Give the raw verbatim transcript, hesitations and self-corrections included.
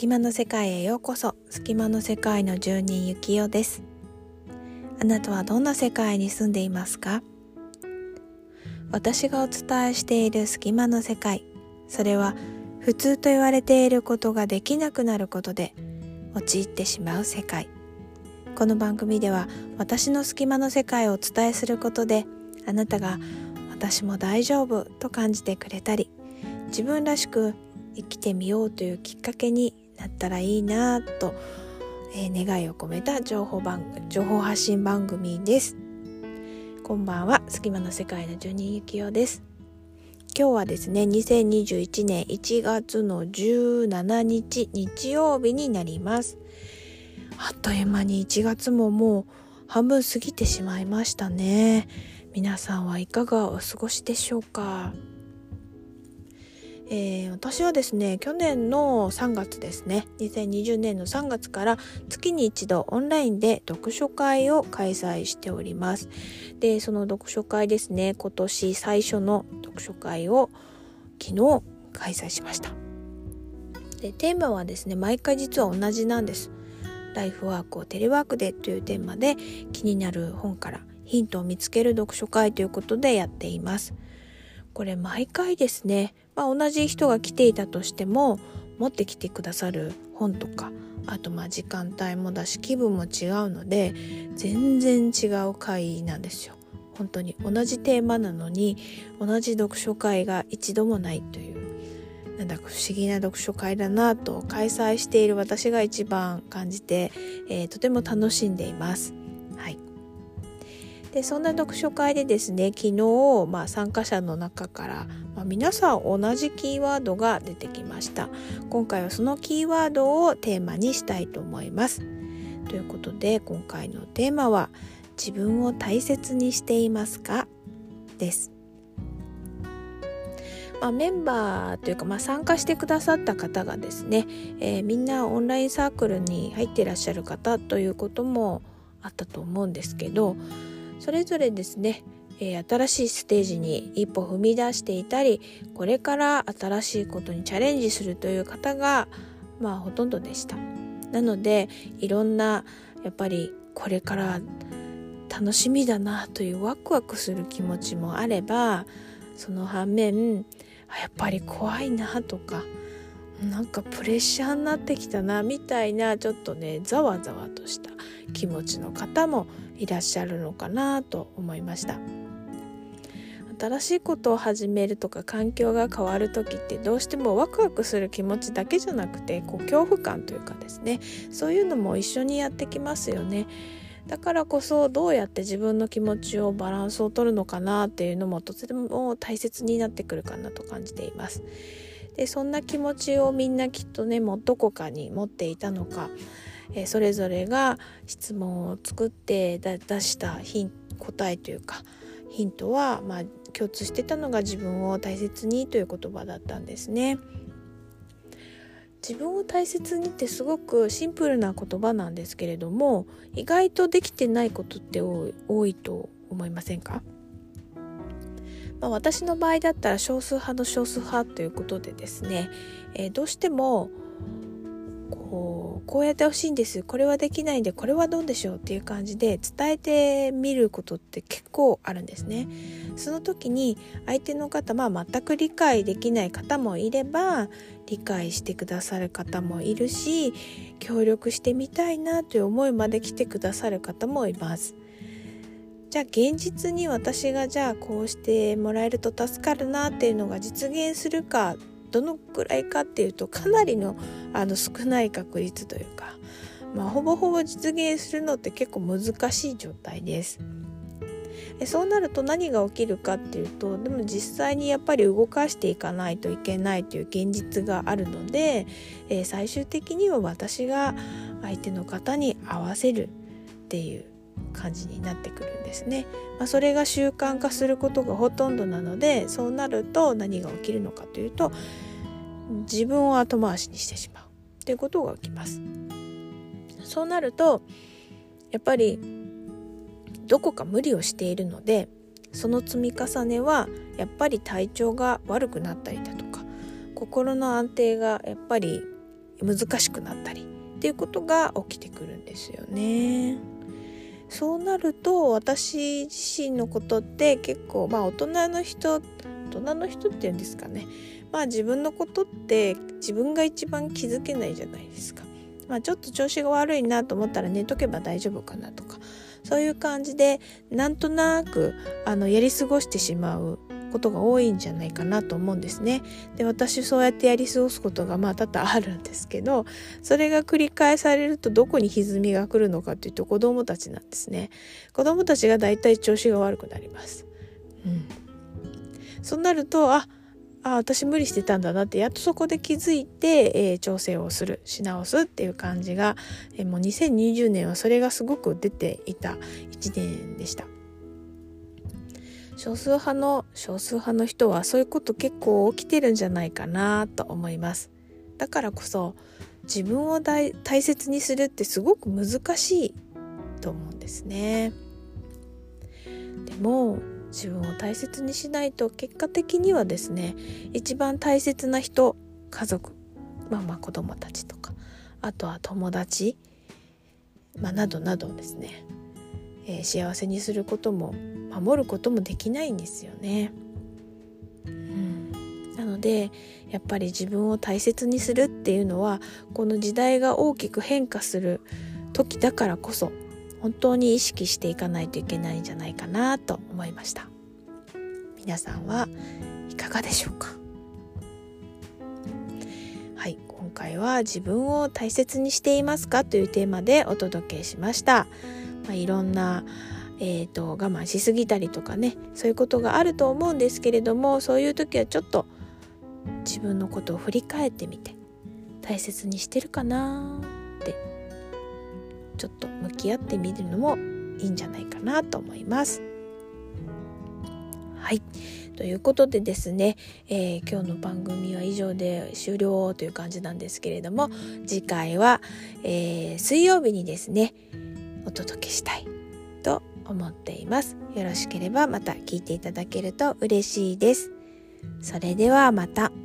隙間の世界へようこそ。隙間の世界の住人ゆきよです。あなたはどんな世界に住んでいますか？私がお伝えしている隙間の世界、それは普通と言われていることができなくなることで陥ってしまう世界。この番組では私の隙間の世界をお伝えすることで、あなたが私も大丈夫と感じてくれたり、自分らしく生きてみようというきっかけになったらいいなと、えー、願いを込めた情報番情報発信番組です。こんばんは、隙間の世界の住人ゆきよです。今日はですね、にせんにじゅういちねんいちがつのじゅうしちにち日曜日になります。あっという間にいちがつももう半分過ぎてしまいましたね。皆さんはいかがお過ごしでしょうか？えー、私はですね、去年のさんがつですね、にせんにじゅうねんのさんがつから月に一度オンラインで読書会を開催しております。で、その読書会ですね、今年最初の読書会を昨日開催しました。で、テーマはですね、毎回実は同じなんです。ライフワークをテレワークでというテーマで、気になる本からヒントを見つける読書会ということでやっています。これ毎回ですね、まあ、同じ人が来ていたとしても持ってきてくださる本とか、あとまあ時間帯もだし気分も違うので全然違う会なんですよ。本当に同じテーマなのに同じ読書会が一度もないという、なんだか不思議な読書会だなと開催している私が一番感じて、えー、とても楽しんでいます。はい。で、そんな読書会でですね、昨日、まあ、参加者の中から、まあ、皆さん同じキーワードが出てきました。今回はそのキーワードをテーマにしたいと思います。ということで、今回のテーマは自分を大切にしていますかです。まあ、メンバーというか、まあ、参加してくださった方がですね、えー、みんなオンラインサークルに入っていらっしゃる方ということもあったと思うんですけど、それぞれですね、えー、新しいステージに一歩踏み出していたり、これから新しいことにチャレンジするという方がまあほとんどでした。なのでいろんなやっぱりこれから楽しみだなというワクワクする気持ちもあれば、その反面やっぱり怖いなとか、なんかプレッシャーになってきたなみたいな、ちょっとねざわざわとした気持ちの方もいらっしゃるのかなと思いました。新しいことを始めるとか環境が変わる時ってどうしてもワクワクする気持ちだけじゃなくて、こう恐怖感というかですね、そういうのも一緒にやってきますよね。だからこそどうやって自分の気持ちをバランスを取るのかなっていうのもとても大切になってくるかなと感じています。で、そんな気持ちをみんなきっとね、もどこかに持っていたのか、えー、それぞれが質問を作って出したヒン答えというかヒントは、まあ、共通してたのが自分を大切にという言葉だったんですね。自分を大切にってすごくシンプルな言葉なんですけれども、意外とできてないことって多い、多いと思いませんか？まあ、私の場合だったら少数派の少数派ということでですね、えー、どうしてもこう、こうやってほしいんです、これはできないんでこれはどうでしょうっていう感じで伝えてみることって結構あるんですね。その時に相手の方、まあ、全く理解できない方もいれば理解してくださる方もいるし、協力してみたいなという思いまで来てくださる方もいます。じゃあ現実に私がじゃあこうしてもらえると助かるなっていうのが実現するか、どのくらいかっていうとかなりのあの少ない確率というか、まあ、ほぼほぼ実現するのって結構難しい状態です。で、そうなると何が起きるかっていうと、でも実際にやっぱり動かしていかないといけないという現実があるので、えー、最終的には私が相手の方に合わせるっていう感じになってくるんですね。まあ、それが習慣化することがほとんどなので、そうなると何が起きるのかというと、自分を後回しにしてしまうということが起きます。そうなるとやっぱりどこか無理をしているので、その積み重ねはやっぱり体調が悪くなったりだとか、心の安定がやっぱり難しくなったりっていうことが起きてくるんですよね。そうなると私自身のことって結構まあ大人の人大人の人っていうんですかね、まあ自分のことって自分が一番気づけないじゃないですか。まあちょっと調子が悪いなと思ったら寝とけば大丈夫かなとか、そういう感じでなんとなくあのやり過ごしてしまうことが多いんじゃないかなと思うんですね。で、私そうやってやり過ごすことがまあ多々あるんですけど、それが繰り返されるとどこに歪みが来るのかというと子供たちなんですね。子供たちがだいたい調子が悪くなります。うん。そうなるとああ私無理してたんだなってやっとそこで気づいて、えー、調整をするし直すっていう感じが、えー、もうにせんにじゅうねんはそれがすごく出ていたいちねんでした。少数派の少数派の人はそういうこと結構起きてるんじゃないかなと思います。だからこそ自分を大切にするってすごく難しいと思うんですね。でも自分を大切にしないと結果的にはですね、一番大切な人、家族、まあまあ子供たちとか、あとは友達、まあなどなどですね、えー、幸せにすることも守ることもできないんですよね。うん、なのでやっぱり自分を大切にするっていうのはこの時代が大きく変化する時だからこそ本当に意識していかないといけないんじゃないかなと思いました。皆さんはいかがでしょうか。はい、今回は自分を大切にしていますかというテーマでお届けしました。まあ、いろんな、えーと、我慢しすぎたりとかね、そういうことがあると思うんですけれども、そういう時はちょっと自分のことを振り返ってみて大切にしてるかなってちょっと向き合ってみるのもいいんじゃないかなと思います。はい、ということでですね、えー、今日の番組は以上で終了という感じなんですけれども、次回は、えー、水曜日にですねお届けしたいと思っています。よろしければまた聞いていただけると嬉しいです。それではまた。